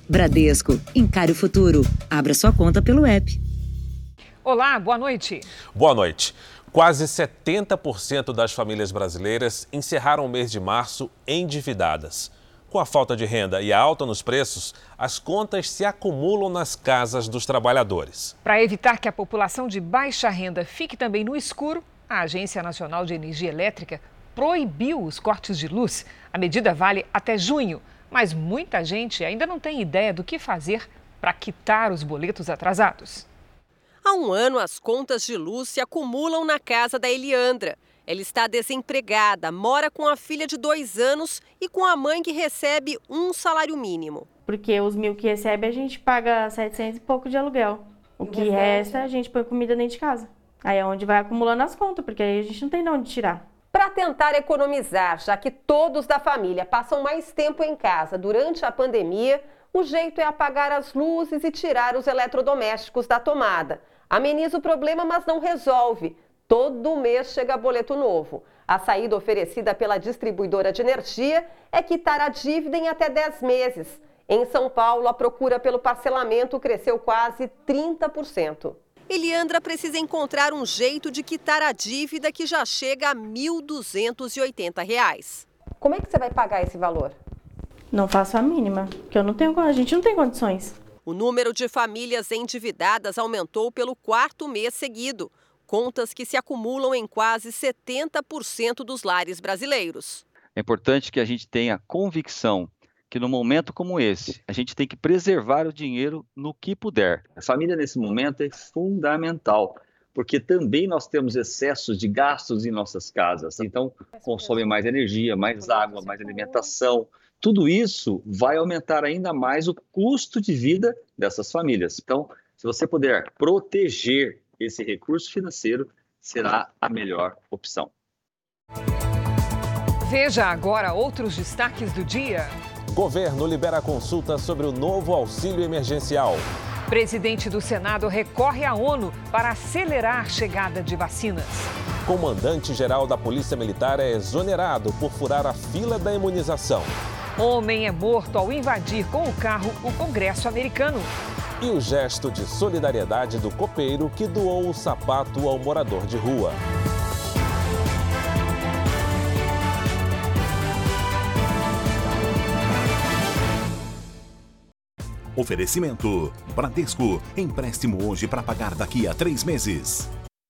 Bradesco, encare o futuro. Abra sua conta pelo app. Olá, boa noite. Boa noite. Quase 70% das famílias brasileiras encerraram o mês de março endividadas. Com a falta de renda e a alta nos preços, as contas se acumulam nas casas dos trabalhadores. Para evitar que a população de baixa renda fique também no escuro, a Agência Nacional de Energia Elétrica proibiu os cortes de luz. A medida vale até junho, mas muita gente ainda não tem ideia do que fazer para quitar os boletos atrasados. Há um ano, as contas de luz se acumulam na casa da Eliandra. Ela está desempregada, mora com a filha de 2 anos e com a mãe que recebe um salário mínimo. Porque os 1.000 que recebe, a gente paga 700 e pouco de aluguel. O que resta, a gente põe comida dentro de casa. Aí é onde vai acumulando as contas, porque aí a gente não tem de onde tirar. Para tentar economizar, já que todos da família passam mais tempo em casa durante a pandemia, o jeito é apagar as luzes e tirar os eletrodomésticos da tomada. Ameniza o problema, mas não resolve. Todo mês chega boleto novo. A saída oferecida pela distribuidora de energia é quitar a dívida em até 10 meses. Em São Paulo, a procura pelo parcelamento cresceu quase 30%. Eliandra precisa encontrar um jeito de quitar a dívida que já chega a R$ 1.280. Como é que você vai pagar esse valor? Não faço a mínima, porque a gente não tem condições. O número de famílias endividadas aumentou pelo 4º mês seguido. Contas que se acumulam em quase 70% dos lares brasileiros. É importante que a gente tenha convicção que no momento como esse, a gente tem que preservar o dinheiro no que puder. A família nesse momento é fundamental, porque também nós temos excessos de gastos em nossas casas. Então, consome mais energia, mais água, mais alimentação. Tudo isso vai aumentar ainda mais o custo de vida dessas famílias. Então, se você puder proteger esse recurso financeiro, será a melhor opção. Veja agora outros destaques do dia. Governo libera consulta sobre o novo auxílio emergencial. Presidente do Senado recorre à ONU para acelerar a chegada de vacinas. Comandante-geral da Polícia Militar é exonerado por furar a fila da imunização. Homem é morto ao invadir com o carro o Congresso americano. E o gesto de solidariedade do copeiro que doou o sapato ao morador de rua. Oferecimento: Bradesco. Empréstimo hoje para pagar daqui a 3 meses.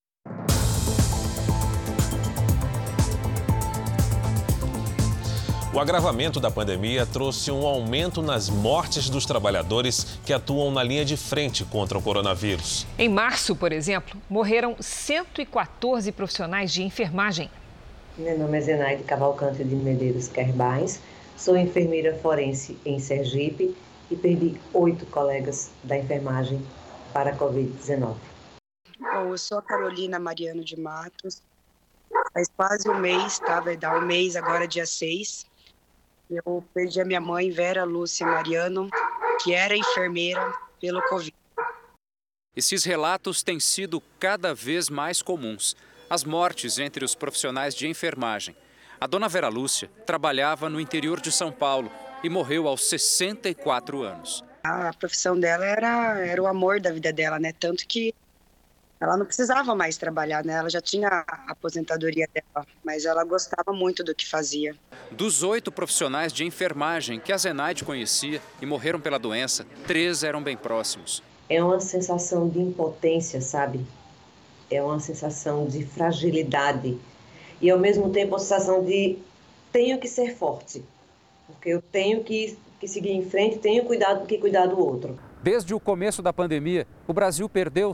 O agravamento da pandemia trouxe um aumento nas mortes dos trabalhadores que atuam na linha de frente contra o coronavírus. Em março, por exemplo, morreram 114 profissionais de enfermagem. Meu nome é Zenaide Cavalcante de Medeiros Querbais, sou enfermeira forense em Sergipe e perdi 8 colegas da enfermagem para a Covid-19. Bom, eu sou a Carolina Mariano de Matos, faz quase um mês, tá? Vai dar um mês agora, dia 6. Eu perdi a minha mãe, Vera Lúcia Mariano, que era enfermeira pelo Covid. Esses relatos têm sido cada vez mais comuns. As mortes entre os profissionais de enfermagem. A dona Vera Lúcia trabalhava no interior de São Paulo e morreu aos 64 anos. A profissão dela era o amor da vida dela, né? Tanto que ela não precisava mais trabalhar, né? Ela já tinha a aposentadoria dela, mas ela gostava muito do que fazia. Dos 8 profissionais de enfermagem que a Zenaide conhecia e morreram pela doença, 3 eram bem próximos. É uma sensação de impotência, sabe? É uma sensação de fragilidade e, ao mesmo tempo, uma sensação de tenho que ser forte, porque eu tenho que seguir em frente, tenho que cuidar do outro. Desde o começo da pandemia, o Brasil perdeu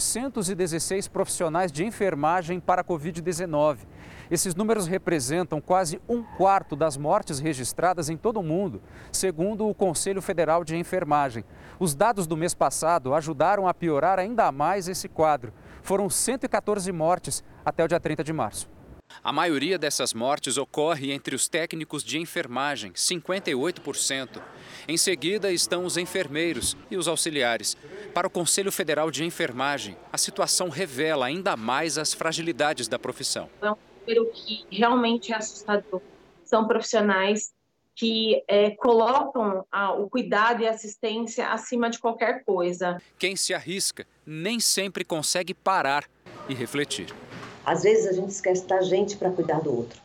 716 profissionais de enfermagem para a Covid-19. Esses números representam quase 1/4 das mortes registradas em todo o mundo, segundo o Conselho Federal de Enfermagem. Os dados do mês passado ajudaram a piorar ainda mais esse quadro. Foram 114 mortes até o dia 30 de março. A maioria dessas mortes ocorre entre os técnicos de enfermagem, 58%. Em seguida estão os enfermeiros e os auxiliares. Para o Conselho Federal de Enfermagem, a situação revela ainda mais as fragilidades da profissão. É um número que realmente é assustador. São profissionais que colocam o cuidado e a assistência acima de qualquer coisa. Quem se arrisca nem sempre consegue parar e refletir. Às vezes a gente esquece da gente para cuidar do outro.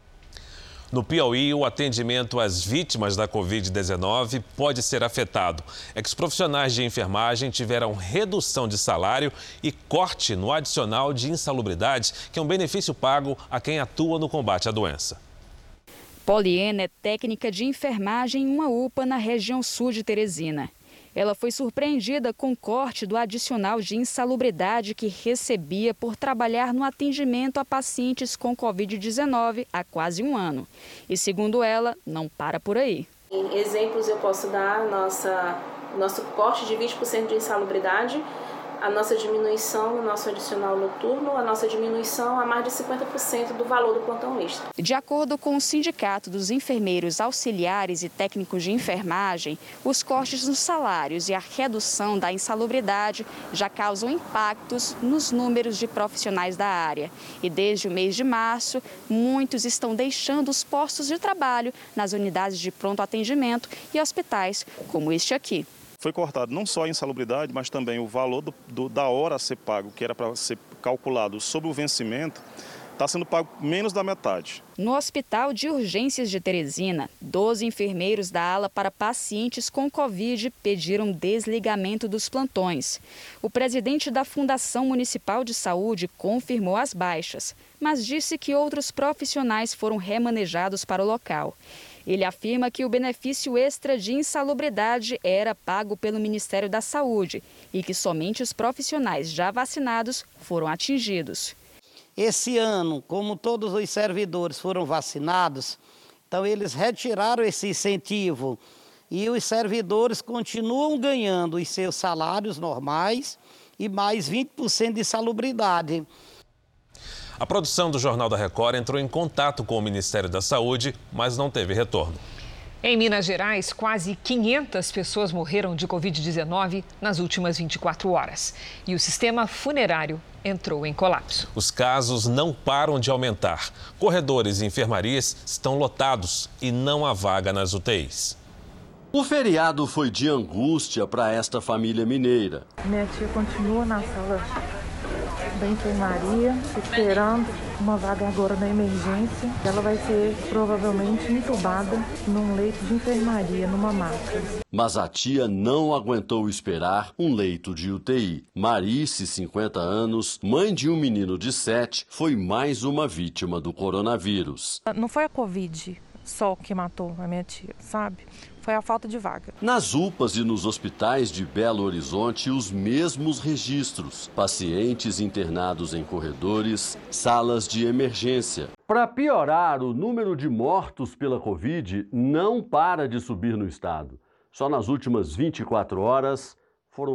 No Piauí, o atendimento às vítimas da Covid-19 pode ser afetado. É que os profissionais de enfermagem tiveram redução de salário e corte no adicional de insalubridade, que é um benefício pago a quem atua no combate à doença. Poliena é técnica de enfermagem em uma UPA na região sul de Teresina. Ela foi surpreendida com o corte do adicional de insalubridade que recebia por trabalhar no atendimento a pacientes com Covid-19 há quase um ano. E, segundo ela, não para por aí. Em exemplos, eu posso dar nosso corte de 20% de insalubridade, a nossa diminuição no nosso adicional noturno, a nossa diminuição a mais de 50% do valor do plantão extra. De acordo com o Sindicato dos Enfermeiros Auxiliares e Técnicos de Enfermagem, os cortes nos salários e a redução da insalubridade já causam impactos nos números de profissionais da área. E desde o mês de março, muitos estão deixando os postos de trabalho nas unidades de pronto atendimento e hospitais, como este aqui. Foi cortado não só a insalubridade, mas também o valor da hora a ser pago, que era para ser calculado sobre o vencimento, está sendo pago menos da metade. No Hospital de Urgências de Teresina, 12 enfermeiros da ala para pacientes com Covid pediram desligamento dos plantões. O presidente da Fundação Municipal de Saúde confirmou as baixas, mas disse que outros profissionais foram remanejados para o local. Ele afirma que o benefício extra de insalubridade era pago pelo Ministério da Saúde e que somente os profissionais já vacinados foram atingidos. Esse ano, como todos os servidores foram vacinados, então eles retiraram esse incentivo e os servidores continuam ganhando os seus salários normais e mais 20% de insalubridade. A produção do Jornal da Record entrou em contato com o Ministério da Saúde, mas não teve retorno. Em Minas Gerais, quase 500 pessoas morreram de Covid-19 nas últimas 24 horas. E o sistema funerário entrou em colapso. Os casos não param de aumentar. Corredores e enfermarias estão lotados e não há vaga nas UTIs. O feriado foi de angústia para esta família mineira. Minha tia continua na sala da enfermaria, esperando uma vaga agora na emergência. Ela vai ser provavelmente entubada num leito de enfermaria, numa maca. Mas a tia não aguentou esperar um leito de UTI. Marice, 50 anos, mãe de um menino de 7, foi mais uma vítima do coronavírus. Não foi a Covid só que matou a minha tia, sabe? Foi a falta de vaga. Nas UPAs e nos hospitais de Belo Horizonte, os mesmos registros. Pacientes internados em corredores, salas de emergência. Para piorar, o número de mortos pela Covid não para de subir no estado. Só nas últimas 24 horas foram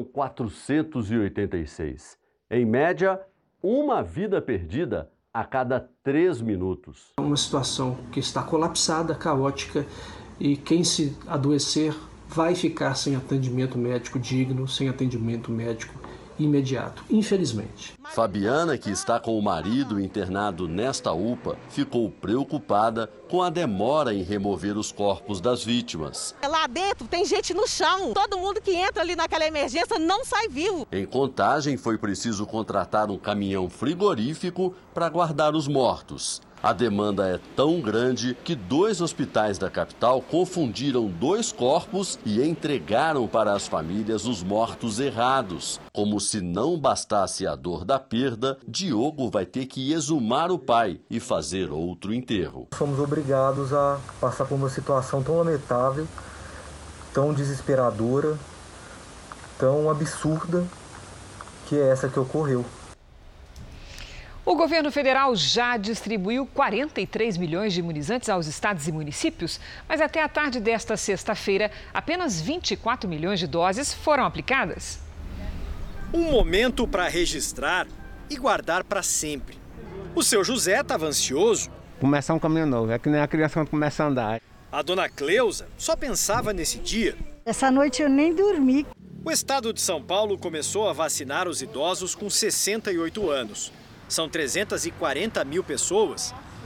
486. Em média, uma vida perdida a cada 3 minutos. É uma situação que está colapsada, caótica, e quem se adoecer vai ficar sem atendimento médico digno, sem atendimento médico imediato, infelizmente. Fabiana, que está com o marido internado nesta UPA, ficou preocupada com a demora em remover os corpos das vítimas. Lá dentro tem gente no chão, todo mundo que entra ali naquela emergência não sai vivo. Em Contagem, foi preciso contratar um caminhão frigorífico para guardar os mortos. A demanda é tão grande que 2 hospitais da capital confundiram 2 corpos e entregaram para as famílias os mortos errados. Como se não bastasse a dor da perda, Diogo vai ter que exumar o pai e fazer outro enterro. Fomos obrigados a passar por uma situação tão lamentável, tão desesperadora, tão absurda, que é essa que ocorreu. O governo federal já distribuiu 43 milhões de imunizantes aos estados e municípios, mas até a tarde desta sexta-feira, apenas 24 milhões de doses foram aplicadas. Um momento para registrar e guardar para sempre. O seu José estava ansioso. Começar um caminho novo, é que nem a criança quando começa a andar. A dona Cleusa só pensava nesse dia. Essa noite eu nem dormi. O estado de São Paulo começou a vacinar os idosos com 68 anos. São 340 mil pessoas.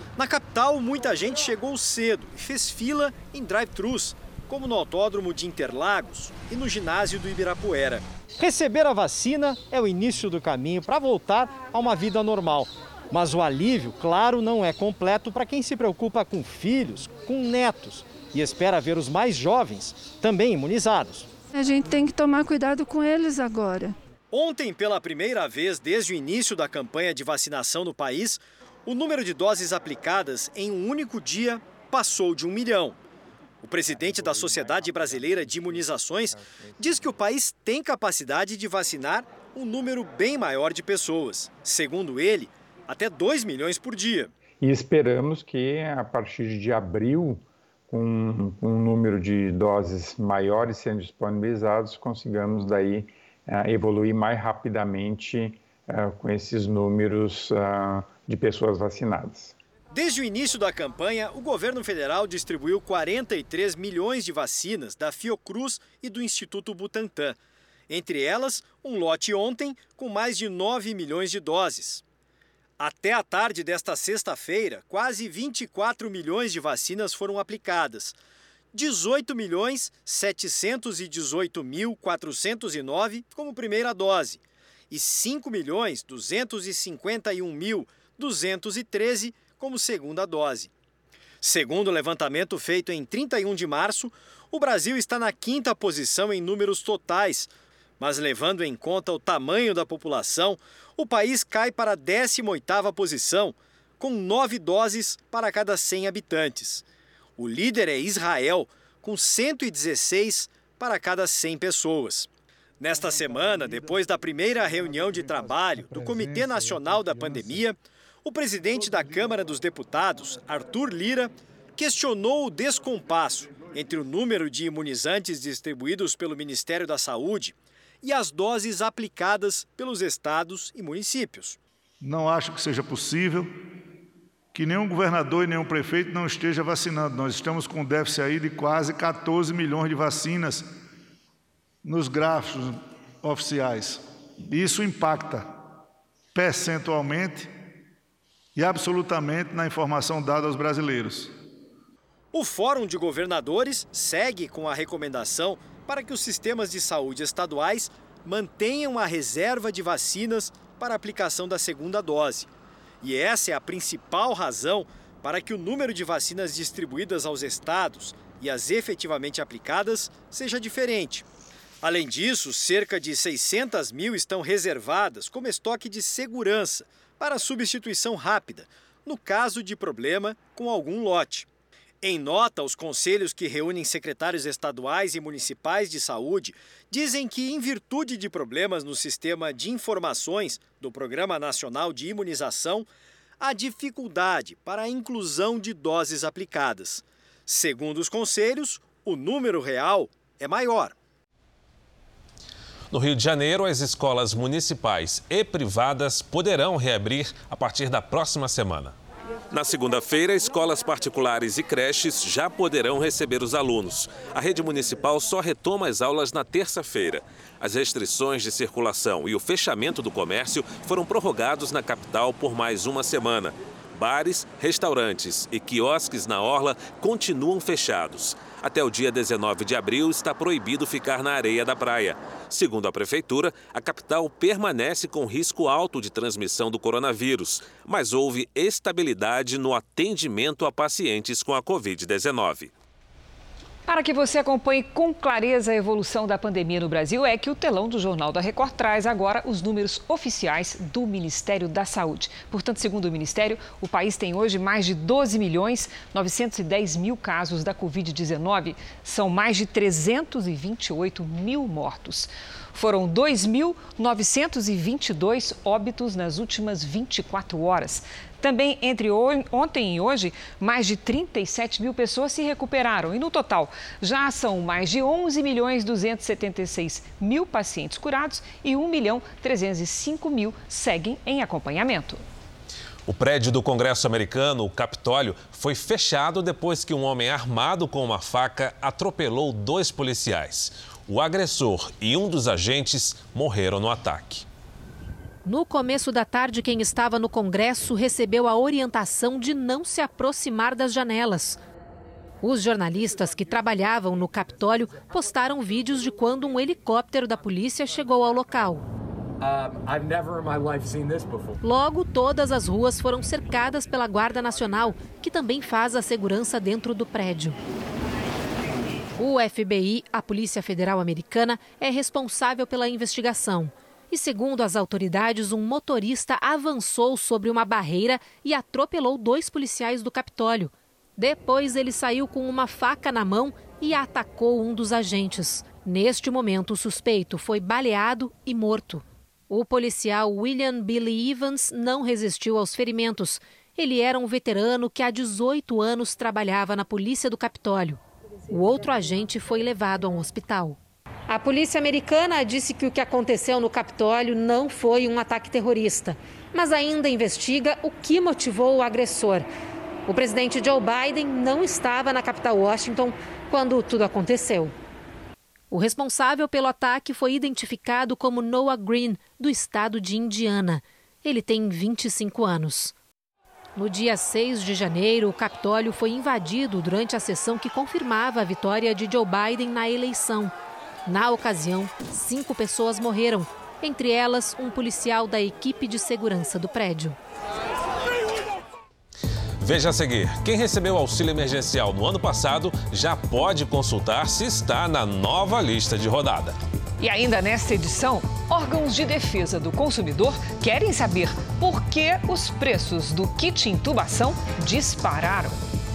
Na capital, muita gente chegou cedo e fez fila em drive-thrus, como no Autódromo de Interlagos e no ginásio do Ibirapuera. Receber a vacina é o início do caminho para voltar a uma vida normal. Mas o alívio, claro, não é completo para quem se preocupa com filhos, com netos e espera ver os mais jovens também imunizados. A gente tem que tomar cuidado com eles agora. Ontem, pela primeira vez desde o início da campanha de vacinação no país, o número de doses aplicadas em um único dia passou de 1 milhão. O presidente da Sociedade Brasileira de Imunizações diz que o país tem capacidade de vacinar um número bem maior de pessoas. Segundo ele, até 2 milhões por dia. E esperamos que, a partir de abril, com um número de doses maiores sendo disponibilizados, consigamos daí evoluir mais rapidamente com esses números de pessoas vacinadas. Desde o início da campanha, o governo federal distribuiu 43 milhões de vacinas da Fiocruz e do Instituto Butantan. Entre elas, um lote ontem com mais de 9 milhões de doses. Até a tarde desta sexta-feira, quase 24 milhões de vacinas foram aplicadas. 18.718.409 como primeira dose e 5.251.213 como segunda dose. Segundo o levantamento feito em 31 de março, o Brasil está na 5ª posição em números totais, mas levando em conta o tamanho da população, o país cai para a 18ª posição, com 9 doses para cada 100 habitantes. O líder é Israel, com 116 para cada 100 pessoas. Nesta semana, depois da primeira reunião de trabalho do Comitê Nacional da Pandemia, o presidente da Câmara dos Deputados, Arthur Lira, questionou o descompasso entre o número de imunizantes distribuídos pelo Ministério da Saúde e as doses aplicadas pelos estados e municípios. Não acho que seja possível que nenhum governador e nenhum prefeito não esteja vacinando. Nós estamos com um déficit aí de quase 14 milhões de vacinas nos gráficos oficiais. Isso impacta percentualmente e absolutamente na informação dada aos brasileiros. O Fórum de Governadores segue com a recomendação para que os sistemas de saúde estaduais mantenham a reserva de vacinas para a aplicação da segunda dose. E essa é a principal razão para que o número de vacinas distribuídas aos estados e as efetivamente aplicadas seja diferente. Além disso, cerca de 600 mil estão reservadas como estoque de segurança para substituição rápida, no caso de problema com algum lote. Em nota, os conselhos que reúnem secretários estaduais e municipais de saúde dizem que, em virtude de problemas no sistema de informações do Programa Nacional de Imunização, há dificuldade para a inclusão de doses aplicadas. Segundo os conselhos, o número real é maior. No Rio de Janeiro, as escolas municipais e privadas poderão reabrir a partir da próxima semana. Na segunda-feira, escolas particulares e creches já poderão receber os alunos. A rede municipal só retoma as aulas na terça-feira. As restrições de circulação e o fechamento do comércio foram prorrogados na capital por mais uma semana. Bares, restaurantes e quiosques na orla continuam fechados. Até o dia 19 de abril está proibido ficar na areia da praia. Segundo a prefeitura, a capital permanece com risco alto de transmissão do coronavírus, mas houve estabilidade no atendimento a pacientes com a Covid-19. Para que você acompanhe com clareza a evolução da pandemia no Brasil, é que o telão do Jornal da Record traz agora os números oficiais do Ministério da Saúde. Portanto, segundo o Ministério, o país tem hoje mais de 12.910.000 casos da Covid-19. São mais de 328 mil mortos. Foram 2.922 óbitos nas últimas 24 horas. Também entre ontem e hoje, mais de 37 mil pessoas se recuperaram. E no total, já são mais de 11.276.000 pacientes curados e 1.305.000 seguem em acompanhamento. O prédio do Congresso americano, o Capitólio, foi fechado depois que um homem armado com uma faca atropelou 2 policiais. O agressor e um dos agentes morreram no ataque. No começo da tarde, quem estava no Congresso recebeu a orientação de não se aproximar das janelas. Os jornalistas que trabalhavam no Capitólio postaram vídeos de quando um helicóptero da polícia chegou ao local. Logo, todas as ruas foram cercadas pela Guarda Nacional, que também faz a segurança dentro do prédio. O FBI, a Polícia Federal Americana, é responsável pela investigação. E, segundo as autoridades, um motorista avançou sobre uma barreira e atropelou 2 policiais do Capitólio. Depois, ele saiu com uma faca na mão e atacou um dos agentes. Neste momento, o suspeito foi baleado e morto. O policial William Billy Evans não resistiu aos ferimentos. Ele era um veterano que há 18 anos trabalhava na Polícia do Capitólio. O outro agente foi levado a um hospital. A polícia americana disse que o que aconteceu no Capitólio não foi um ataque terrorista, mas ainda investiga o que motivou o agressor. O presidente Joe Biden não estava na capital Washington quando tudo aconteceu. O responsável pelo ataque foi identificado como Noah Green, do estado de Indiana. Ele tem 25 anos. No dia 6 de janeiro, o Capitólio foi invadido durante a sessão que confirmava a vitória de Joe Biden na eleição. Na ocasião, 5 pessoas morreram, entre elas um policial da equipe de segurança do prédio. Veja a seguir, quem recebeu auxílio emergencial no ano passado já pode consultar se está na nova lista de rodada. E ainda nesta edição, órgãos de defesa do consumidor querem saber por que os preços do kit intubação dispararam.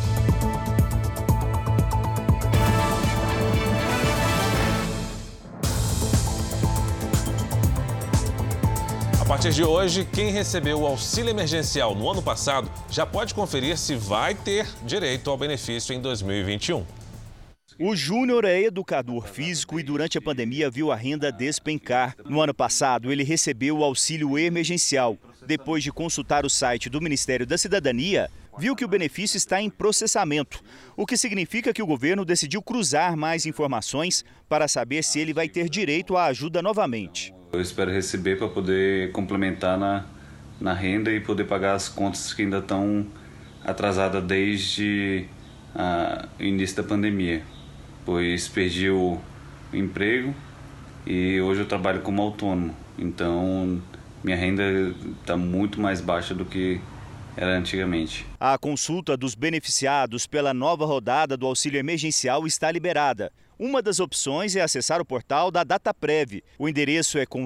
A partir de hoje, quem recebeu o auxílio emergencial no ano passado já pode conferir se vai ter direito ao benefício em 2021. O Júnior é educador físico e durante a pandemia viu a renda despencar. No ano passado, ele recebeu o auxílio emergencial. Depois de consultar o site do Ministério da Cidadania, viu que o benefício está em processamento, o que significa que o governo decidiu cruzar mais informações para saber se ele vai ter direito à ajuda novamente. Eu espero receber para poder complementar na renda e poder pagar as contas que ainda estão atrasadas desde o início da pandemia, pois perdi o emprego e hoje eu trabalho como autônomo, então minha renda está muito mais baixa do que era antigamente. A consulta dos beneficiados pela nova rodada do auxílio emergencial está liberada. Uma das opções é acessar o portal da Dataprev. O endereço é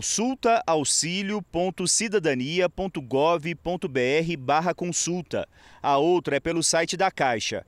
consulta.cidadania.gov.br/consulta. A outra é pelo site da Caixa,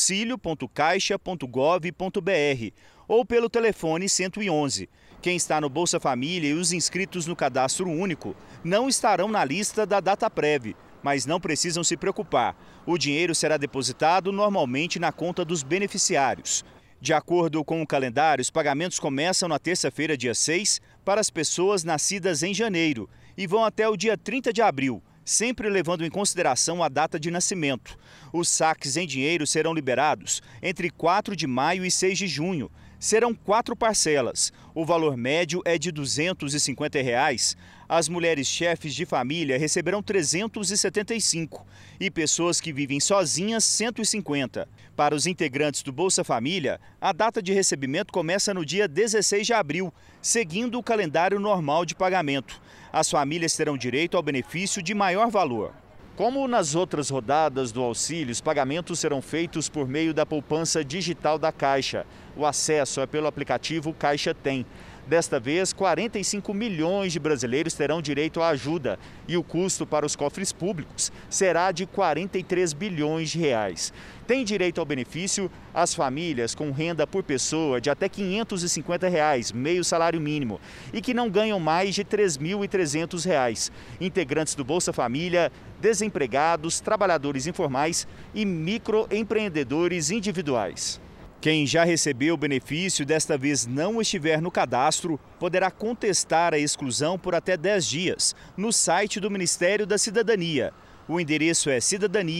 auxilio.caixa.gov.br, ou pelo telefone 111. Quem está no Bolsa Família e os inscritos no Cadastro Único não estarão na lista da Dataprev, mas não precisam se preocupar. O dinheiro será depositado normalmente na conta dos beneficiários. De acordo com o calendário, os pagamentos começam na terça-feira, dia 6, para as pessoas nascidas em janeiro e vão até o dia 30 de abril, sempre levando em consideração a data de nascimento. Os saques em dinheiro serão liberados entre 4 de maio e 6 de junho. Serão 4 parcelas. O valor médio é de R$ 250. As mulheres chefes de família receberão R$ 375 e pessoas que vivem sozinhas, R$ 150. Para os integrantes do Bolsa Família, a data de recebimento começa no dia 16 de abril, seguindo o calendário normal de pagamento. As famílias terão direito ao benefício de maior valor. Como nas outras rodadas do auxílio, os pagamentos serão feitos por meio da poupança digital da Caixa. O acesso é pelo aplicativo Caixa Tem. Desta vez, 45 milhões de brasileiros terão direito à ajuda e o custo para os cofres públicos será de 43 bilhões de reais. Tem direito ao benefício as famílias com renda por pessoa de até R$ 550, meio salário mínimo, e que não ganham mais de R$ 3.300. Integrantes do Bolsa Família, desempregados, trabalhadores informais e microempreendedores individuais. Quem já recebeu o benefício e desta vez não estiver no cadastro, poderá contestar a exclusão por até 10 dias no site do Ministério da Cidadania. O endereço é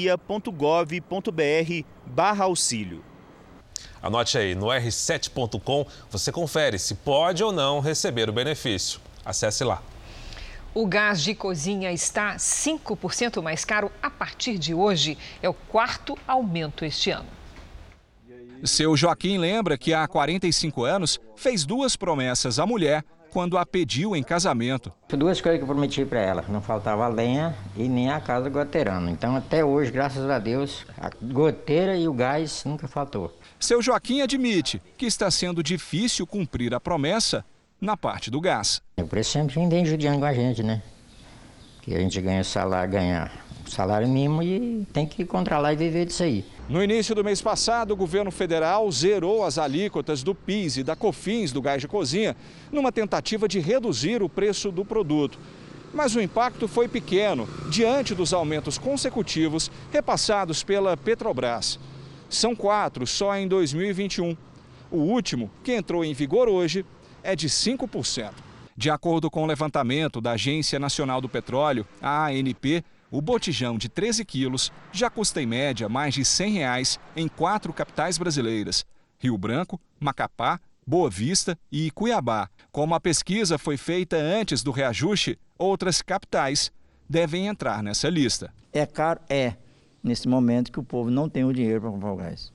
cidadania.gov.br/auxílio. Anote aí, no r7.com você confere se pode ou não receber o benefício. Acesse lá. O gás de cozinha está 5% mais caro a partir de hoje. É o 4º aumento este ano. Seu Joaquim lembra que há 45 anos fez 2 promessas à mulher quando a pediu em casamento. 2 coisas que eu prometi para ela. Não faltava lenha e nem a casa goteirando. Então até hoje, graças a Deus, a goteira e o gás nunca faltou. Seu Joaquim admite que está sendo difícil cumprir a promessa na parte do gás. O preço sempre vem judiando com a gente, né? Que a gente ganha salário mínimo e tem que controlar e viver disso aí. No início do mês passado, o governo federal zerou as alíquotas do PIS e da COFINS do gás de cozinha, numa tentativa de reduzir o preço do produto. Mas o impacto foi pequeno, diante dos aumentos consecutivos repassados pela Petrobras. São 4 só em 2021. O último, que entrou em vigor hoje, é de 5%. De acordo com o levantamento da Agência Nacional do Petróleo, a ANP, o botijão de 13 quilos já custa em média mais de R$ 100 em 4 capitais brasileiras: Rio Branco, Macapá, Boa Vista e Cuiabá. Como a pesquisa foi feita antes do reajuste, outras capitais devem entrar nessa lista. É caro? É. Nesse momento que o povo não tem o dinheiro para comprar o gás.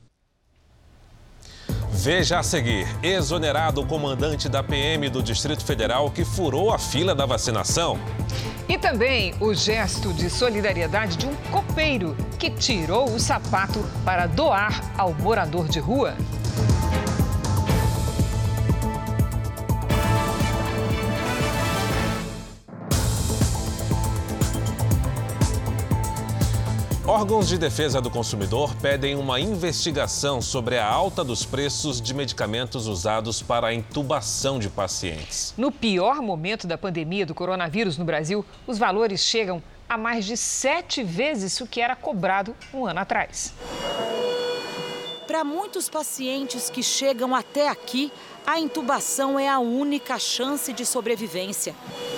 Veja a seguir: exonerado o comandante da PM do Distrito Federal que furou a fila da vacinação. E também o gesto de solidariedade de um copeiro que tirou o sapato para doar ao morador de rua. Órgãos de defesa do consumidor pedem uma investigação sobre a alta dos preços de medicamentos usados para a intubação de pacientes. No pior momento da pandemia do coronavírus no Brasil, os valores chegam a mais de 7 vezes o que era cobrado um ano atrás. Para muitos pacientes que chegam até aqui, a intubação é a única chance de sobrevivência.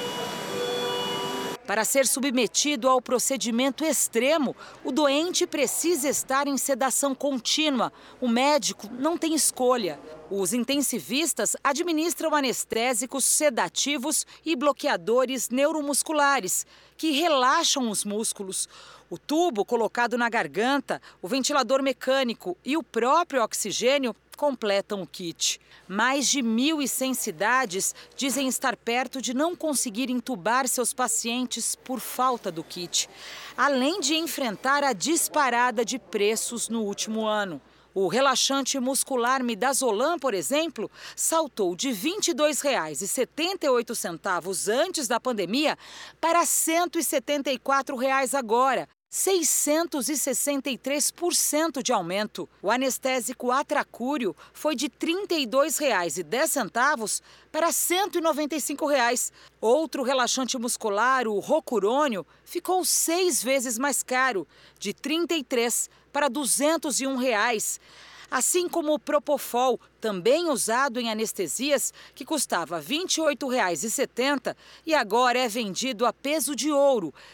Para ser submetido ao procedimento extremo, o doente precisa estar em sedação contínua. O médico não tem escolha. Os intensivistas administram anestésicos, sedativos e bloqueadores neuromusculares, que relaxam os músculos. O tubo colocado na garganta, o ventilador mecânico e o próprio oxigênio completam o kit. Mais de 1.100 cidades dizem estar perto de não conseguir entubar seus pacientes por falta do kit, além de enfrentar a disparada de preços no último ano. O relaxante muscular Midazolam, por exemplo, saltou de R$ 22,78 antes da pandemia para R$ 174 agora. 663% de aumento. O anestésico Atracúrio foi de R$ 32,10 para R$ 195. Outro relaxante muscular, o Rocurônio, ficou 6 vezes mais caro, de R$ 33 para R$ 201. Assim como o Propofol, também usado em anestesias, que custava R$ 28,70 e agora é vendido a peso de ouro, R$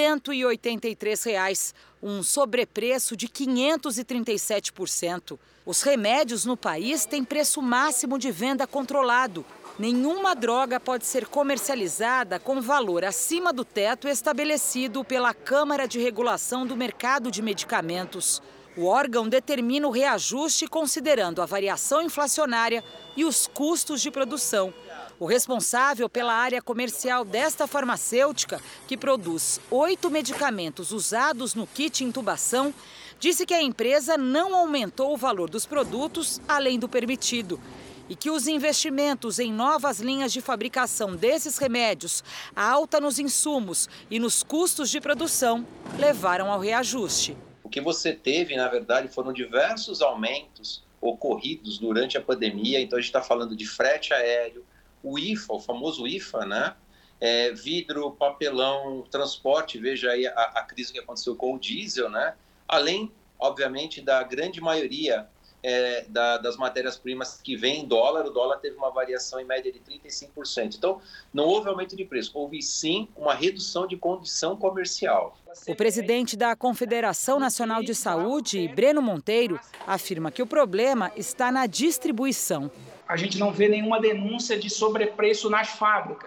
183, um sobrepreço de 537%. Os remédios no país têm preço máximo de venda controlado. Nenhuma droga pode ser comercializada com valor acima do teto estabelecido pela Câmara de Regulação do Mercado de Medicamentos. O órgão determina o reajuste considerando a variação inflacionária e os custos de produção. O responsável pela área comercial desta farmacêutica, que produz 8 medicamentos usados no kit intubação, disse que a empresa não aumentou o valor dos produtos além do permitido e que os investimentos em novas linhas de fabricação desses remédios, a alta nos insumos e nos custos de produção levaram ao reajuste. O que você teve, na verdade, foram diversos aumentos ocorridos durante a pandemia. Então, a gente está falando de frete aéreo, o IFA, o famoso IFA, né? Vidro, papelão, transporte, veja aí a crise que aconteceu com o diesel, né? Além, obviamente, da grande maioria das matérias-primas que vem em dólar, o dólar teve uma variação em média de 35%. Então, não houve aumento de preço, houve sim uma redução de condição comercial. O presidente da Confederação Nacional de Saúde, Breno Monteiro, afirma que o problema está na distribuição. A gente não vê nenhuma denúncia de sobrepreço nas fábricas,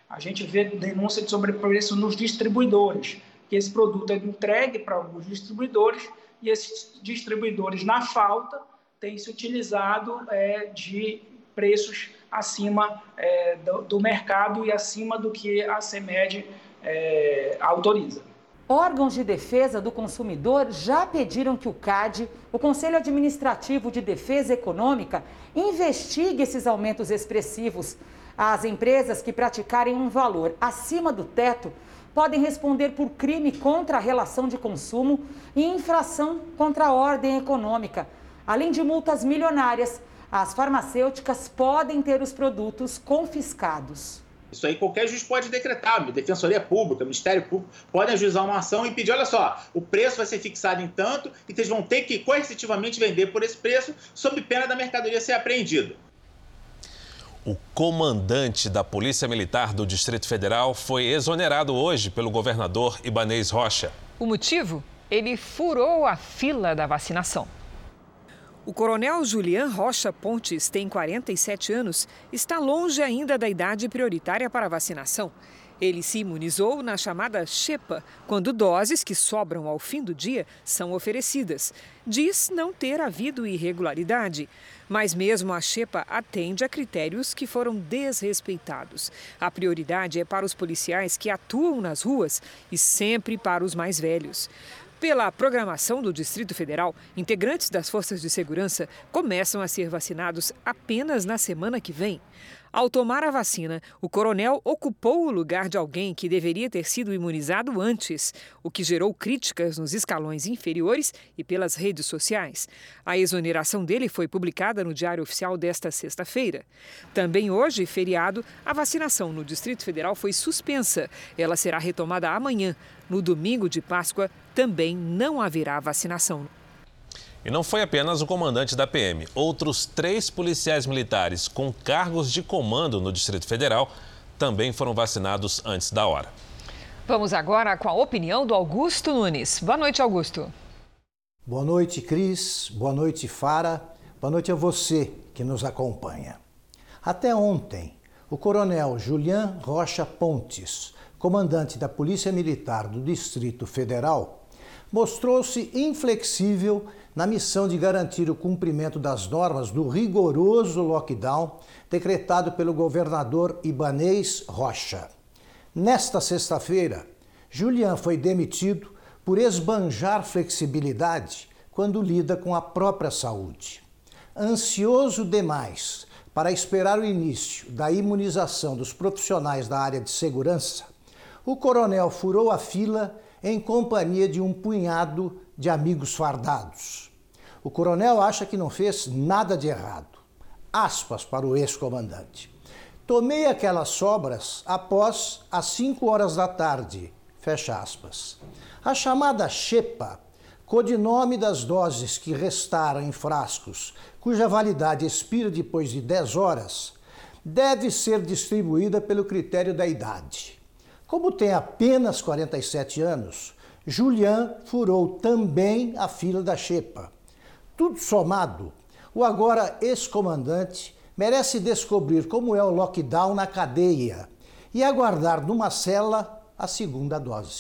A gente vê denúncia de sobrepreço nos distribuidores, que esse produto é entregue para alguns distribuidores e esses distribuidores, na falta, têm se utilizado de preços acima do mercado e acima do que a CEMED autoriza. Órgãos de defesa do consumidor já pediram que o CAD, o Conselho Administrativo de Defesa Econômica, investigue esses aumentos expressivos. As empresas que praticarem um valor acima do teto podem responder por crime contra a relação de consumo e infração contra a ordem econômica. Além de multas milionárias, as farmacêuticas podem ter os produtos confiscados. Isso aí qualquer juiz pode decretar, Defensoria Pública, Ministério Público, podem ajuizar uma ação e pedir, olha só, o preço vai ser fixado em tanto e vocês vão ter que coercitivamente vender por esse preço sob pena da mercadoria ser apreendida. O comandante da Polícia Militar do Distrito Federal foi exonerado hoje pelo governador Ibanez Rocha. O motivo? Ele furou a fila da vacinação. O coronel Julian Rocha Pontes tem 47 anos, está longe ainda da idade prioritária para a vacinação. Ele se imunizou na chamada xepa, quando doses que sobram ao fim do dia são oferecidas. Diz não ter havido irregularidade, mas mesmo a xepa atende a critérios que foram desrespeitados. A prioridade é para os policiais que atuam nas ruas e sempre para os mais velhos. Pela programação do Distrito Federal, integrantes das forças de segurança começam a ser vacinados apenas na semana que vem. Ao tomar a vacina, o coronel ocupou o lugar de alguém que deveria ter sido imunizado antes, o que gerou críticas nos escalões inferiores e pelas redes sociais. A exoneração dele foi publicada no Diário Oficial desta sexta-feira. Também hoje, feriado, a vacinação no Distrito Federal foi suspensa. Ela será retomada amanhã. No domingo de Páscoa, também não haverá vacinação. E não foi apenas o comandante da PM. Outros 3 policiais militares com cargos de comando no Distrito Federal também foram vacinados antes da hora. Vamos agora com a opinião do Augusto Nunes. Boa noite, Augusto. Boa noite, Cris. Boa noite, Fara. Boa noite a você que nos acompanha. Até ontem, o coronel Julian Rocha Pontes, comandante da Polícia Militar do Distrito Federal, mostrou-se inflexível na missão de garantir o cumprimento das normas do rigoroso lockdown decretado pelo governador Ibanez Rocha. Nesta sexta-feira, Julian foi demitido por esbanjar flexibilidade quando lida com a própria saúde. Ansioso demais para esperar o início da imunização dos profissionais da área de segurança, o coronel furou a fila em companhia de um punhado de amigos fardados. O coronel acha que não fez nada de errado. Aspas para o ex-comandante. Tomei aquelas sobras após as 5 horas da tarde. Fecha aspas. A chamada xepa, codinome das doses que restaram em frascos, cuja validade expira depois de 10 horas, deve ser distribuída pelo critério da idade. Como tem apenas 47 anos, Julian furou também a fila da xepa. Tudo somado, o agora ex-comandante merece descobrir como é o lockdown na cadeia e aguardar numa cela a segunda dose.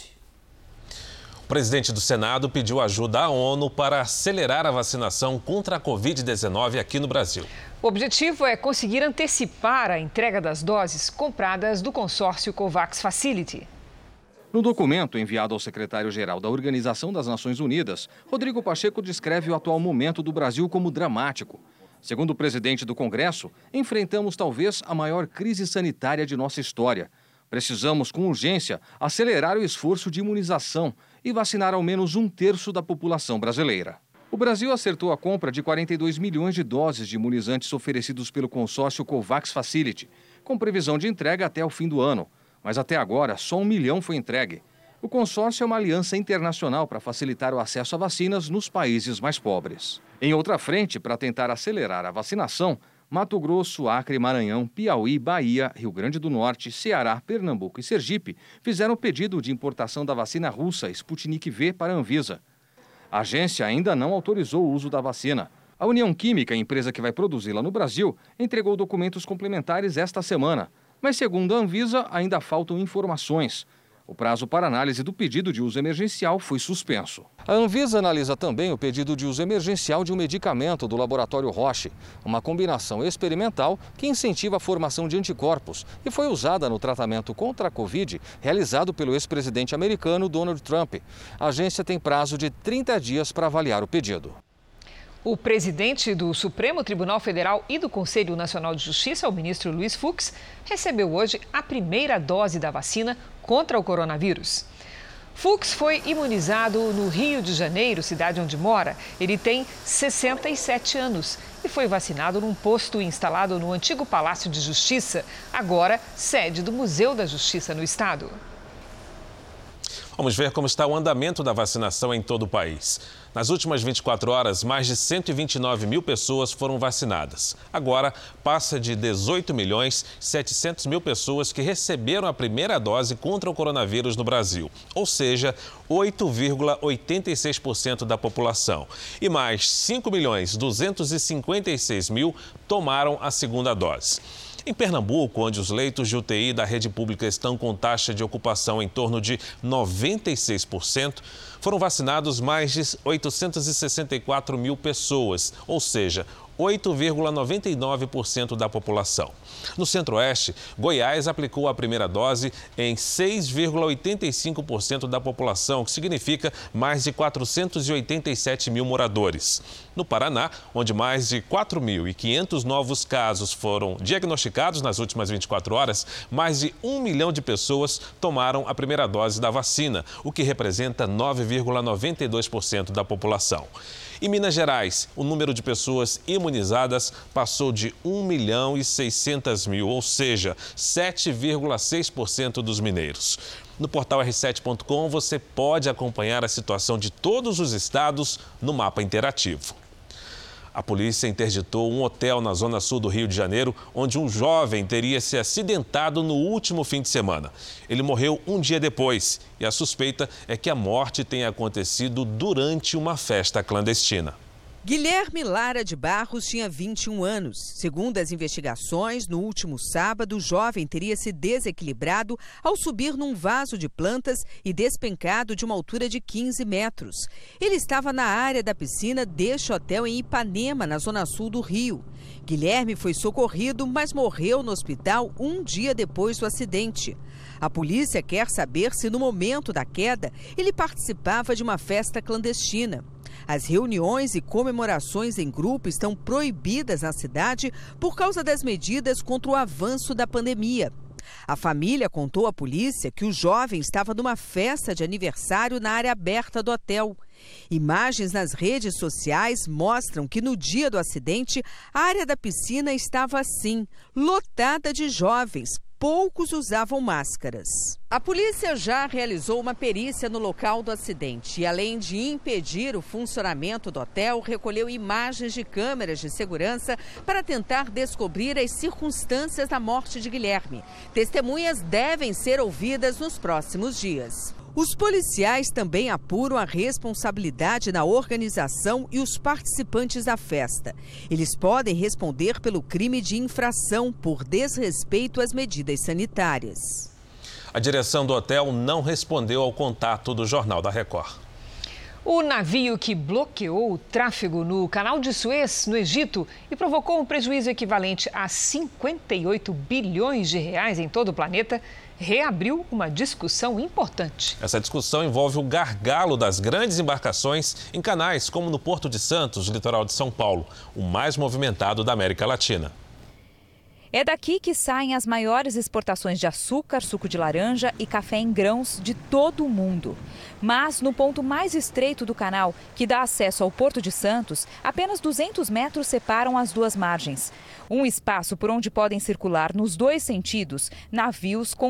O presidente do Senado pediu ajuda à ONU para acelerar a vacinação contra a Covid-19 aqui no Brasil. O objetivo é conseguir antecipar a entrega das doses compradas do consórcio COVAX Facility. No documento enviado ao secretário-geral da Organização das Nações Unidas, Rodrigo Pacheco descreve o atual momento do Brasil como dramático. Segundo o presidente do Congresso, enfrentamos talvez a maior crise sanitária de nossa história. Precisamos, com urgência, acelerar o esforço de imunização e vacinar ao menos 1/3 da população brasileira. O Brasil acertou a compra de 42 milhões de doses de imunizantes oferecidos pelo consórcio COVAX Facility, com previsão de entrega até o fim do ano. Mas até agora, só 1 milhão foi entregue. O consórcio é uma aliança internacional para facilitar o acesso a vacinas nos países mais pobres. Em outra frente, para tentar acelerar a vacinação, Mato Grosso, Acre, Maranhão, Piauí, Bahia, Rio Grande do Norte, Ceará, Pernambuco e Sergipe fizeram pedido de importação da vacina russa Sputnik V para a Anvisa. A agência ainda não autorizou o uso da vacina. A União Química, a empresa que vai produzi-la no Brasil, entregou documentos complementares esta semana. Mas, segundo a Anvisa, ainda faltam informações. O prazo para análise do pedido de uso emergencial foi suspenso. A Anvisa analisa também o pedido de uso emergencial de um medicamento do laboratório Roche, uma combinação experimental que incentiva a formação de anticorpos e foi usada no tratamento contra a Covid realizado pelo ex-presidente americano Donald Trump. A agência tem prazo de 30 dias para avaliar o pedido. O presidente do Supremo Tribunal Federal e do Conselho Nacional de Justiça, o ministro Luiz Fux, recebeu hoje a primeira dose da vacina contra o coronavírus. Fux foi imunizado no Rio de Janeiro, cidade onde mora. Ele tem 67 anos e foi vacinado num posto instalado no antigo Palácio de Justiça, agora sede do Museu da Justiça no estado. Vamos ver como está o andamento da vacinação em todo o país. Nas últimas 24 horas, mais de 129 mil pessoas foram vacinadas. Agora, passa de 18.700.000 pessoas que receberam a primeira dose contra o coronavírus no Brasil, ou seja, 8,86% da população. E mais 5.256.000 tomaram a segunda dose. Em Pernambuco, onde os leitos de UTI da rede pública estão com taxa de ocupação em torno de 96%, foram vacinados mais de 864 mil pessoas, ou seja, 8,99% da população. No Centro-Oeste, Goiás aplicou a primeira dose em 6,85% da população, que significa mais de 487 mil moradores. No Paraná, onde mais de 4.500 novos casos foram diagnosticados nas últimas 24 horas, mais de 1 milhão de pessoas tomaram a primeira dose da vacina, o que representa 9,92% da população. Em Minas Gerais, o número de pessoas imunizadas passou de 1.600.000, ou seja, 7,6% dos mineiros. No portal r7.com você pode acompanhar a situação de todos os estados no mapa interativo. A polícia interditou um hotel na zona sul do Rio de Janeiro, onde um jovem teria se acidentado no último fim de semana. Ele morreu um dia depois e a suspeita é que a morte tenha acontecido durante uma festa clandestina. Guilherme Lara de Barros tinha 21 anos. Segundo as investigações, no último sábado, o jovem teria se desequilibrado ao subir num vaso de plantas e despencado de uma altura de 15 metros. Ele estava na área da piscina deste hotel em Ipanema, na zona sul do Rio. Guilherme foi socorrido, mas morreu no hospital um dia depois do acidente. A polícia quer saber se, no momento da queda, ele participava de uma festa clandestina. As reuniões e comemorações em grupo estão proibidas na cidade por causa das medidas contra o avanço da pandemia. A família contou à polícia que o jovem estava numa festa de aniversário na área aberta do hotel. Imagens nas redes sociais mostram que no dia do acidente, a área da piscina estava assim, lotada de jovens. Poucos usavam máscaras. A polícia já realizou uma perícia no local do acidente e, além de impedir o funcionamento do hotel, recolheu imagens de câmeras de segurança para tentar descobrir as circunstâncias da morte de Guilherme. Testemunhas devem ser ouvidas nos próximos dias. Os policiais também apuram a responsabilidade na organização e os participantes da festa. Eles podem responder pelo crime de infração por desrespeito às medidas sanitárias. A direção do hotel não respondeu ao contato do Jornal da Record. O navio que bloqueou o tráfego no Canal de Suez, no Egito, e provocou um prejuízo equivalente a 58 bilhões de reais em todo o planeta, reabriu uma discussão importante. Essa discussão envolve o gargalo das grandes embarcações em canais como no Porto de Santos, litoral de São Paulo, o mais movimentado da América Latina. É daqui que saem as maiores exportações de açúcar, suco de laranja e café em grãos de todo o mundo. Mas no ponto mais estreito do canal, que dá acesso ao Porto de Santos, apenas 200 metros separam as duas margens. Um espaço por onde podem circular nos dois sentidos navios com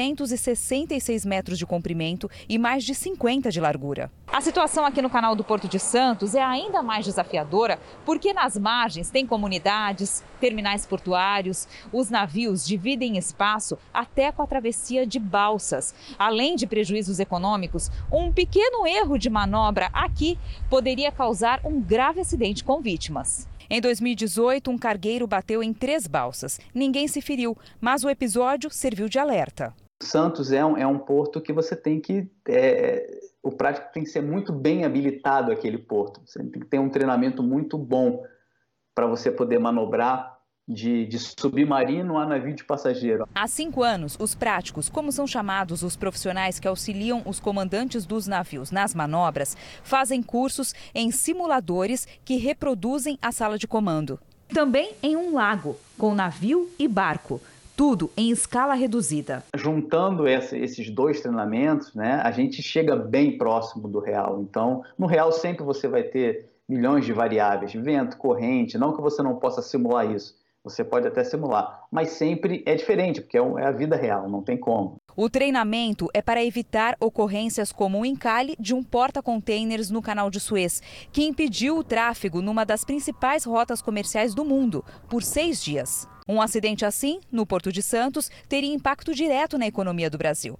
366 metros de comprimento e mais de 50 de largura. A situação aqui no canal do Porto de Santos é ainda mais desafiadora porque nas margens tem comunidades, terminais portuários. Os navios dividem espaço até com a travessia de balsas. Além de prejuízos econômicos, um pequeno erro de manobra aqui poderia causar um grave acidente com vítimas. Em 2018, um cargueiro bateu em 3 balsas. Ninguém se feriu, mas o episódio serviu de alerta. Santos é um porto que você tem que... o prático tem que ser muito bem habilitado aquele porto. Você tem que ter um treinamento muito bom para você poder manobrar de submarino a navio de passageiro. Há 5 anos, os práticos, como são chamados os profissionais que auxiliam os comandantes dos navios nas manobras, fazem cursos em simuladores que reproduzem a sala de comando. Também em um lago, com navio e barco. Tudo em escala reduzida. Juntando esses 2 treinamentos, né, a gente chega bem próximo do real. Então, no real sempre você vai ter milhões de variáveis, vento, corrente, não que você não possa simular isso. Você pode até simular, mas sempre é diferente, porque é a vida real, não tem como. O treinamento é para evitar ocorrências como o encalhe de um porta-containers no Canal de Suez, que impediu o tráfego numa das principais rotas comerciais do mundo por 6 dias. Um acidente assim, no Porto de Santos, teria impacto direto na economia do Brasil.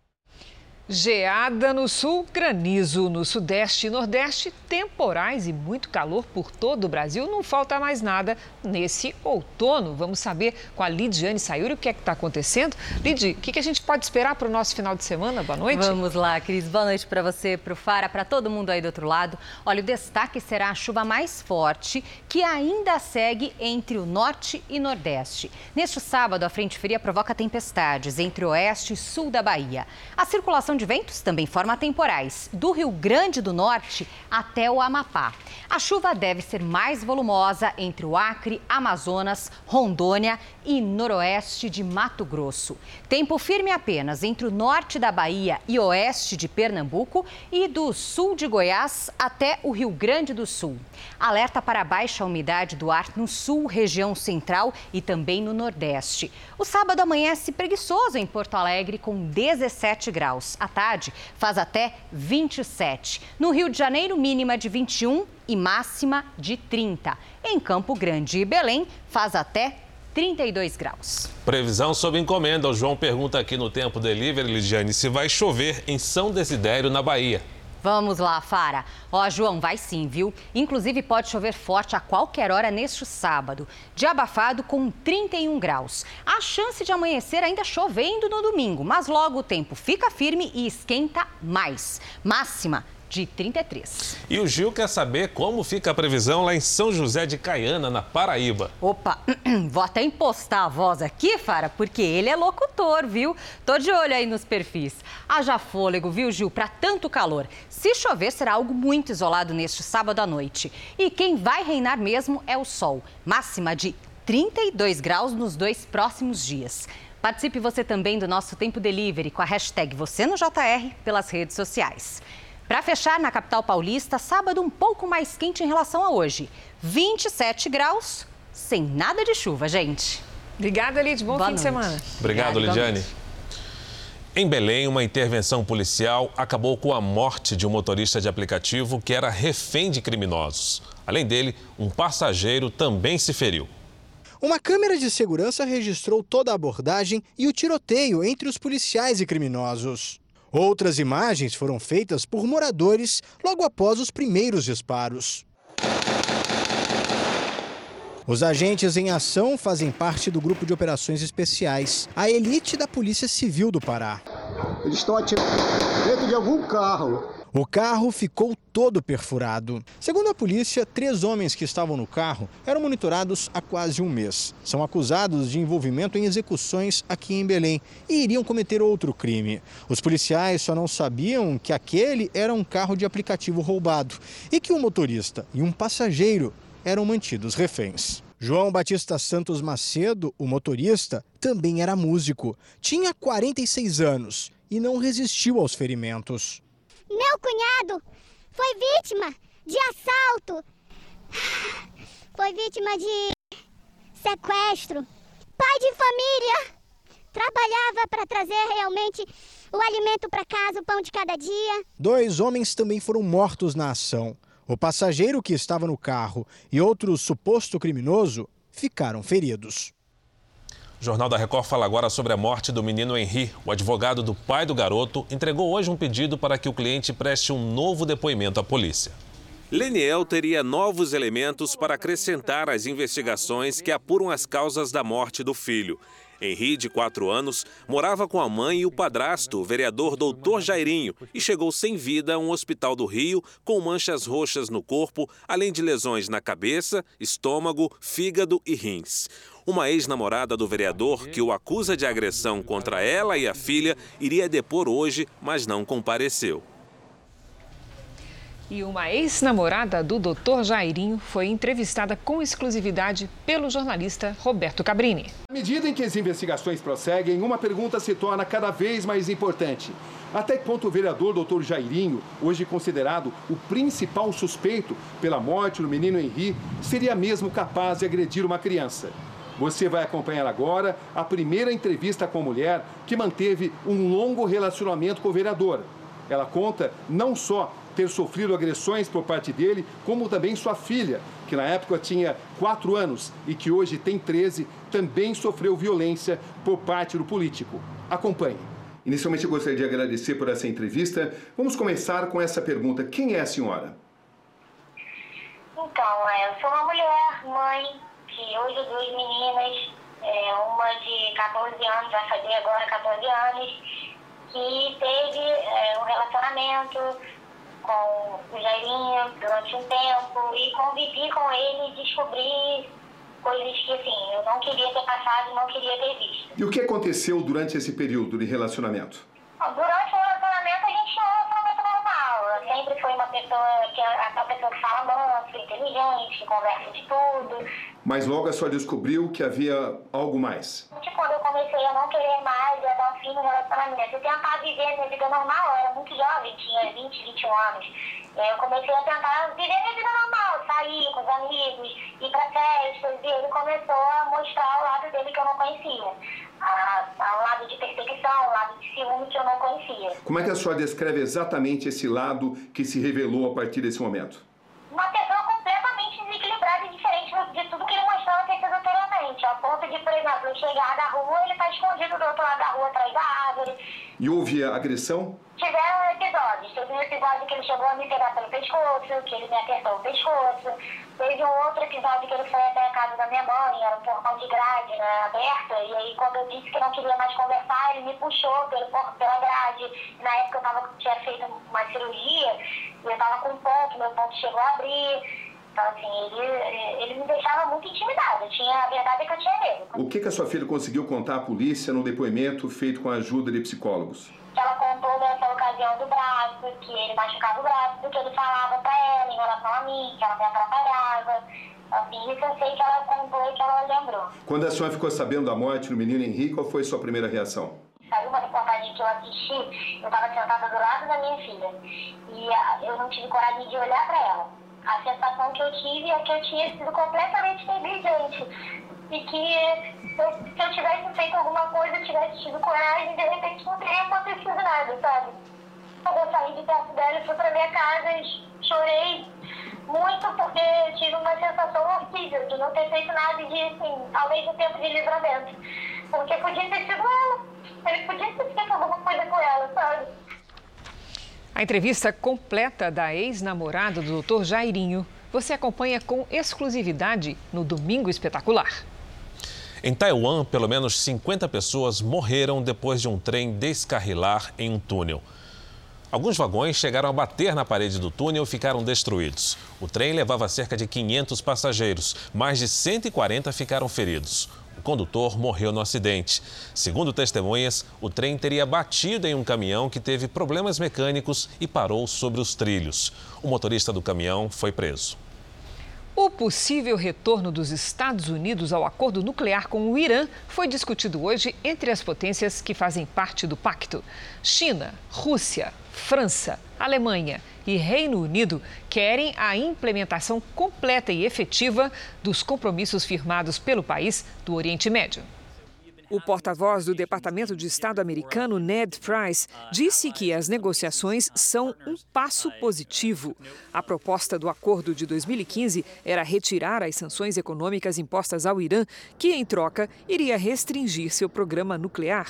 Geada no sul, granizo no sudeste e nordeste, temporais e muito calor por todo o Brasil. Não falta mais nada nesse outono. Vamos saber com a Lidiane Sayuri o que é que está acontecendo. Lidi, o que a gente pode esperar para o nosso final de semana? Boa noite. Vamos lá, Cris. Boa noite para você, para o Fara, para todo mundo aí do outro lado. Olha, o destaque será a chuva mais forte, que ainda segue entre o norte e nordeste. Neste sábado, a frente fria provoca tempestades entre o oeste e sul da Bahia. A circulação de ventos também forma temporais, do Rio Grande do Norte até o Amapá. A chuva deve ser mais volumosa entre o Acre, Amazonas, Rondônia e noroeste de Mato Grosso. Tempo firme apenas entre o norte da Bahia e oeste de Pernambuco e do sul de Goiás até o Rio Grande do Sul. Alerta para baixa umidade do ar no sul, região central e também no nordeste. O sábado amanhece preguiçoso em Porto Alegre com 17 graus. À tarde, faz até 27. No Rio de Janeiro, mínima de 21 e máxima de 30. Em Campo Grande e Belém, faz até 32 graus. Previsão sob encomenda. O João pergunta aqui no Tempo Delivery, Lidiane, se vai chover em São Desidério, na Bahia. Vamos lá, Fara. Ó, João, vai sim, viu? Inclusive pode chover forte a qualquer hora neste sábado. De abafado com 31 graus. A chance de amanhecer ainda chovendo no domingo, mas logo o tempo fica firme e esquenta mais. Máxima de 33. E o Gil quer saber como fica a previsão lá em São José de Caiana, na Paraíba. Opa, vou até impostar a voz aqui, Fara, porque ele é locutor, viu? Tô de olho aí nos perfis. Haja fôlego, viu, Gil, para tanto calor. Se chover, será algo muito isolado neste sábado à noite. E quem vai reinar mesmo é o sol. Máxima de 32 graus nos 2 próximos dias. Participe você também do nosso Tempo Delivery com a hashtag #VocêNoJR pelas redes sociais. Para fechar, na capital paulista, sábado um pouco mais quente em relação a hoje. 27 graus, sem nada de chuva, gente. Obrigada, Lid. Bom fim de semana. Obrigado, Lidiane. Em Belém, uma intervenção policial acabou com a morte de um motorista de aplicativo que era refém de criminosos. Além dele, um passageiro também se feriu. Uma câmera de segurança registrou toda a abordagem e o tiroteio entre os policiais e criminosos. Outras imagens foram feitas por moradores logo após os primeiros disparos. Os agentes em ação fazem parte do Grupo de Operações Especiais, a elite da Polícia Civil do Pará. Eles estão atirando dentro de algum carro. O carro ficou todo perfurado. Segundo a polícia, 3 homens que estavam no carro eram monitorados há quase um mês. São acusados de envolvimento em execuções aqui em Belém e iriam cometer outro crime. Os policiais só não sabiam que aquele era um carro de aplicativo roubado e que o motorista e um passageiro eram mantidos reféns. João Batista Santos Macedo, o motorista, também era músico. Tinha 46 anos e não resistiu aos ferimentos. Meu cunhado foi vítima de assalto, foi vítima de sequestro. Pai de família, trabalhava para trazer realmente o alimento para casa, o pão de cada dia. 2 homens também foram mortos na ação. O passageiro que estava no carro e outro suposto criminoso ficaram feridos. O Jornal da Record fala agora sobre a morte do menino Henri. O advogado do pai do garoto entregou hoje um pedido para que o cliente preste um novo depoimento à polícia. Leniel teria novos elementos para acrescentar às investigações que apuram as causas da morte do filho. Henri, de 4 anos, morava com a mãe e o padrasto, o vereador Dr. Jairinho, e chegou sem vida a um hospital do Rio com manchas roxas no corpo, além de lesões na cabeça, estômago, fígado e rins. Uma ex-namorada do vereador, que o acusa de agressão contra ela e a filha, iria depor hoje, mas não compareceu. E uma ex-namorada do Dr. Jairinho foi entrevistada com exclusividade pelo jornalista Roberto Cabrini. À medida em que as investigações prosseguem, uma pergunta se torna cada vez mais importante. Até que ponto o vereador Dr. Jairinho, hoje considerado o principal suspeito pela morte do menino Henri, seria mesmo capaz de agredir uma criança? Você vai acompanhar agora a primeira entrevista com a mulher que manteve um longo relacionamento com o vereador. Ela conta não só ter sofrido agressões por parte dele, como também sua filha, que na época tinha 4 anos e que hoje tem 13, também sofreu violência por parte do político. Acompanhe. Inicialmente eu gostaria de agradecer por essa entrevista. Vamos começar com essa pergunta. Quem é a senhora? Então, eu sou uma mulher, mãe, de hoje 2 meninas, uma de 14 anos, vai fazer agora 14 anos, que teve um relacionamento com o Jairinho durante um tempo e convivi com ele e descobri coisas que, assim, eu não queria ter passado e não queria ter visto. E o que aconteceu durante esse período de relacionamento? Durante o relacionamento a gente tinha um relacionamento normal. Eu sempre fui uma pessoa aquela pessoa que fala manso, inteligente, que conversa de tudo. Mas logo a senhora descobriu que havia algo mais. Quando eu comecei a não querer mais, a dar um fim no relacionamento, eu tentava viver minha vida normal, eu era muito jovem, tinha 20, 21 anos. E aí eu comecei a tentar viver minha vida normal, sair com os amigos, ir para festas, e ele começou a mostrar o lado dele que eu não conhecia. O lado de perseguição, o lado de ciúme que eu não conhecia. Como é que a senhora descreve exatamente esse lado que se revelou a partir desse momento? Uma pessoa completamente desequilibrada e diferente de tudo que ele mostrava ter sido anteriormente. Ao ponto de, por exemplo, eu chegar da rua, ele está escondido do outro lado da rua, atrás da árvore. E houve agressão? Tiveram episódios. Teve um episódio que ele chegou a me pegar pelo pescoço, que ele me apertou o pescoço. Teve um outro episódio que ele foi até a casa da minha mãe, era um portão de grade, né, aberta. E aí, quando eu disse que não queria mais conversar, ele me puxou pela grade. Na época eu tinha feito uma cirurgia e eu estava com um ponto, meu ponto chegou a abrir. Então, assim, ele me deixava muito intimidada. A verdade é que eu tinha medo. O que a sua filha conseguiu contar à polícia no depoimento feito com a ajuda de psicólogos? Ela contou nessa ocasião do braço, que ele machucava o braço, do que ele falava pra ela em relação a mim, que ela me atrapalhava. Assim, isso eu sei que ela contou e que ela lembrou. Quando a senhora ficou sabendo da morte do menino Henri, qual foi a sua primeira reação? Saiu uma reportagem que eu assisti, eu estava sentada do lado da minha filha. E eu não tive coragem de olhar pra ela. A sensação que eu tive é que eu tinha sido completamente negligente. E que se eu tivesse feito alguma coisa, eu tivesse tido coragem, de repente não teria acontecido nada, sabe? Quando eu saí de perto dela e fui pra minha casa, chorei muito porque eu tive uma sensação horrível de não ter feito nada e de, assim, ao mesmo tempo de livramento. Porque podia ter sido ela. Ele podia ter feito alguma coisa com ela, sabe? A entrevista completa da ex-namorada do Dr. Jairinho você acompanha com exclusividade no Domingo Espetacular. Em Taiwan, pelo menos 50 pessoas morreram depois de um trem descarrilar em um túnel. Alguns vagões chegaram a bater na parede do túnel e ficaram destruídos. O trem levava cerca de 500 passageiros, mais de 140 ficaram feridos. O condutor morreu no acidente. Segundo testemunhas, o trem teria batido em um caminhão que teve problemas mecânicos e parou sobre os trilhos. O motorista do caminhão foi preso. O possível retorno dos Estados Unidos ao acordo nuclear com o Irã foi discutido hoje entre as potências que fazem parte do pacto. China, Rússia, França, Alemanha e Reino Unido querem a implementação completa e efetiva dos compromissos firmados pelo país do Oriente Médio. O porta-voz do Departamento de Estado americano, Ned Price, disse que as negociações são um passo positivo. A proposta do acordo de 2015 era retirar as sanções econômicas impostas ao Irã, que, em troca, iria restringir seu programa nuclear.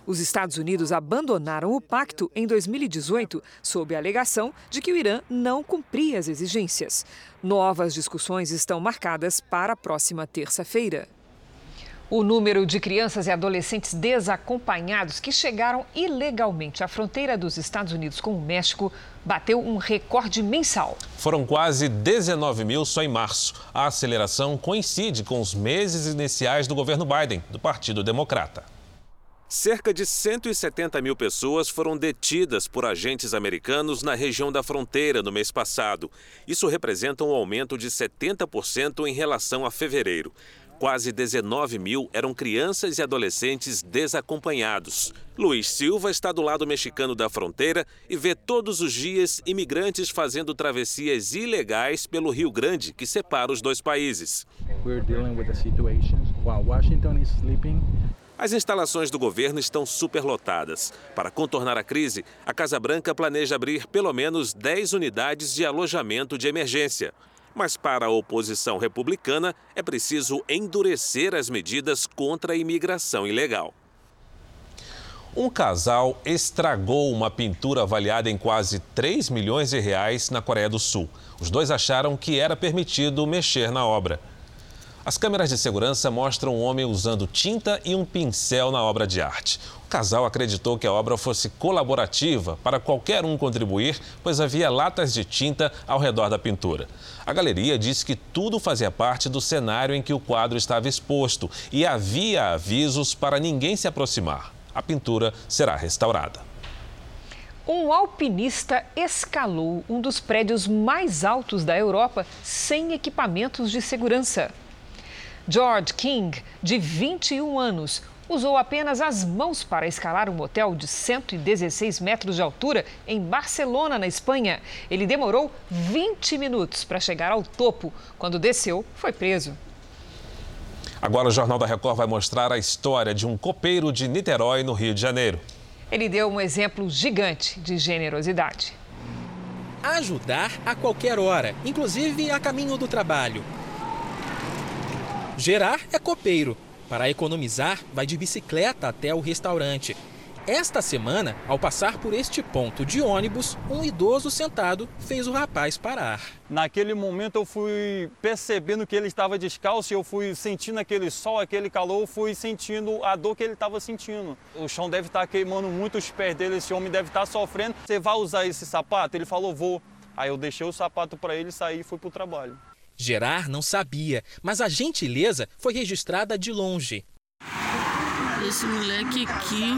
Os Estados Unidos abandonaram o pacto em 2018, sob a alegação de que o Irã não cumpria as exigências. Novas discussões estão marcadas para a próxima terça-feira. O número de crianças e adolescentes desacompanhados que chegaram ilegalmente à fronteira dos Estados Unidos com o México bateu um recorde mensal. Foram quase 19 mil só em março. A aceleração coincide com os meses iniciais do governo Biden, do Partido Democrata. Cerca de 170 mil pessoas foram detidas por agentes americanos na região da fronteira no mês passado. Isso representa um aumento de 70% em relação a fevereiro. Quase 19 mil eram crianças e adolescentes desacompanhados. Luiz Silva está do lado mexicano da fronteira e vê todos os dias imigrantes fazendo travessias ilegais pelo Rio Grande, que separa os dois países. As instalações do governo estão superlotadas. Para contornar a crise, a Casa Branca planeja abrir pelo menos 10 unidades de alojamento de emergência. Mas para a oposição republicana, é preciso endurecer as medidas contra a imigração ilegal. Um casal estragou uma pintura avaliada em quase 3 milhões de reais na Coreia do Sul. Os dois acharam que era permitido mexer na obra. As câmeras de segurança mostram um homem usando tinta e um pincel na obra de arte. O casal acreditou que a obra fosse colaborativa para qualquer um contribuir, pois havia latas de tinta ao redor da pintura. A galeria disse que tudo fazia parte do cenário em que o quadro estava exposto e havia avisos para ninguém se aproximar. A pintura será restaurada. Um alpinista escalou um dos prédios mais altos da Europa sem equipamentos de segurança. George King, de 21 anos, usou apenas as mãos para escalar um hotel de 116 metros de altura em Barcelona, na Espanha. Ele demorou 20 minutos para chegar ao topo. Quando desceu, foi preso. Agora o Jornal da Record vai mostrar a história de um copeiro de Niterói, no Rio de Janeiro. Ele deu um exemplo gigante de generosidade. Ajudar a qualquer hora, inclusive a caminho do trabalho. Gerar é copeiro. Para economizar, vai de bicicleta até o restaurante. Esta semana, ao passar por este ponto de ônibus, um idoso sentado fez o rapaz parar. Naquele momento eu fui percebendo que ele estava descalço e eu fui sentindo aquele sol, aquele calor, fui sentindo a dor que ele estava sentindo. O chão deve estar queimando muito os pés dele, esse homem deve estar sofrendo. Você vai usar esse sapato? Ele falou, vou. Aí eu deixei o sapato para ele, saí e fui para o trabalho. Gerar não sabia, mas a gentileza foi registrada de longe. Esse moleque aqui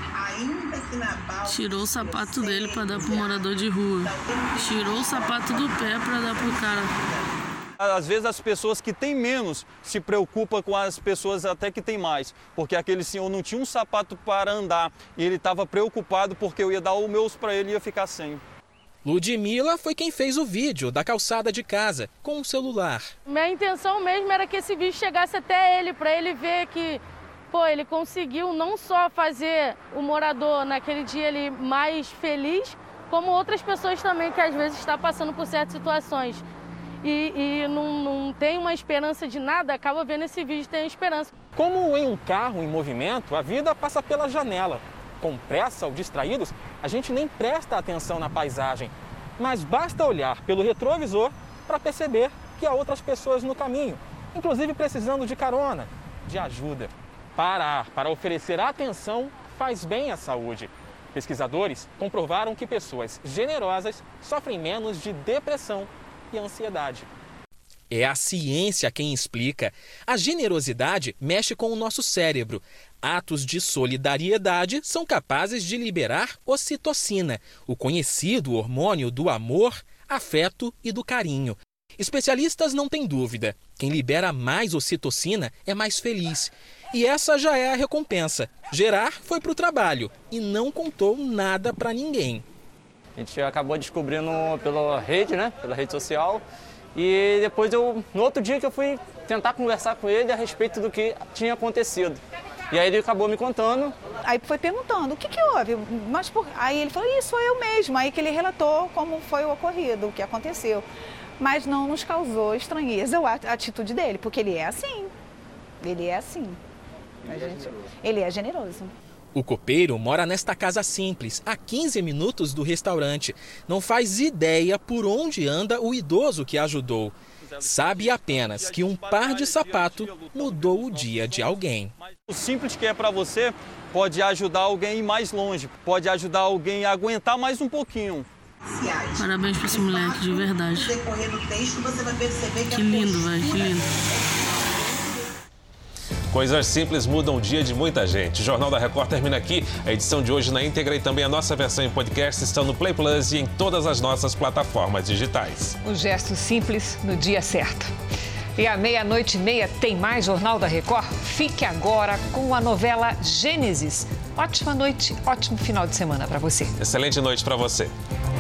tirou o sapato dele para dar pro morador de rua. Tirou o sapato do pé para dar pro cara. Às vezes as pessoas que têm menos se preocupam com as pessoas até que têm mais. Porque aquele senhor não tinha um sapato para andar e ele estava preocupado porque eu ia dar o meus para ele e ia ficar sem. Ludmila foi quem fez o vídeo da calçada de casa com o celular. Minha intenção mesmo era que esse vídeo chegasse até ele, para ele ver que, ele conseguiu não só fazer o morador naquele dia ele mais feliz, como outras pessoas também que às vezes estão passando por certas situações. E não tem uma esperança de nada, acaba vendo esse vídeo e tem esperança. Como em um carro em movimento, a vida passa pela janela. Com pressa ou distraídos, a gente nem presta atenção na paisagem. Mas basta olhar pelo retrovisor para perceber que há outras pessoas no caminho, inclusive precisando de carona, de ajuda. Parar para oferecer atenção faz bem à saúde. Pesquisadores comprovaram que pessoas generosas sofrem menos de depressão e ansiedade. É a ciência quem explica. A generosidade mexe com o nosso cérebro. Atos de solidariedade são capazes de liberar ocitocina, o conhecido hormônio do amor, afeto e do carinho. Especialistas não têm dúvida. Quem libera mais ocitocina é mais feliz. E essa já é a recompensa. Gerar foi para o trabalho e não contou nada para ninguém. A gente acabou descobrindo pela rede, pela rede social. E depois no outro dia que eu fui tentar conversar com ele a respeito do que tinha acontecido. E aí ele acabou me contando. Aí foi perguntando, o que houve? Aí ele falou, isso sou eu mesmo. Aí que ele relatou como foi o ocorrido, o que aconteceu. Mas não nos causou estranheza a atitude dele, porque ele é assim. Ele é assim. Ele é generoso. O copeiro mora nesta casa simples, a 15 minutos do restaurante. Não faz ideia por onde anda o idoso que ajudou. Sabe apenas que um par de sapato mudou o dia de alguém. O simples que é para você pode ajudar alguém a ir mais longe, pode ajudar alguém a aguentar mais um pouquinho. Parabéns para esse moleque, de verdade. Que lindo, velho, que lindo. Coisas simples mudam o dia de muita gente. O Jornal da Record termina aqui. A edição de hoje na íntegra e também a nossa versão em podcast estão no Play Plus e em todas as nossas plataformas digitais. Um gesto simples no dia certo. E à 00:30 tem mais Jornal da Record? Fique agora com a novela Gênesis. Ótima noite, ótimo final de semana para você. Excelente noite para você.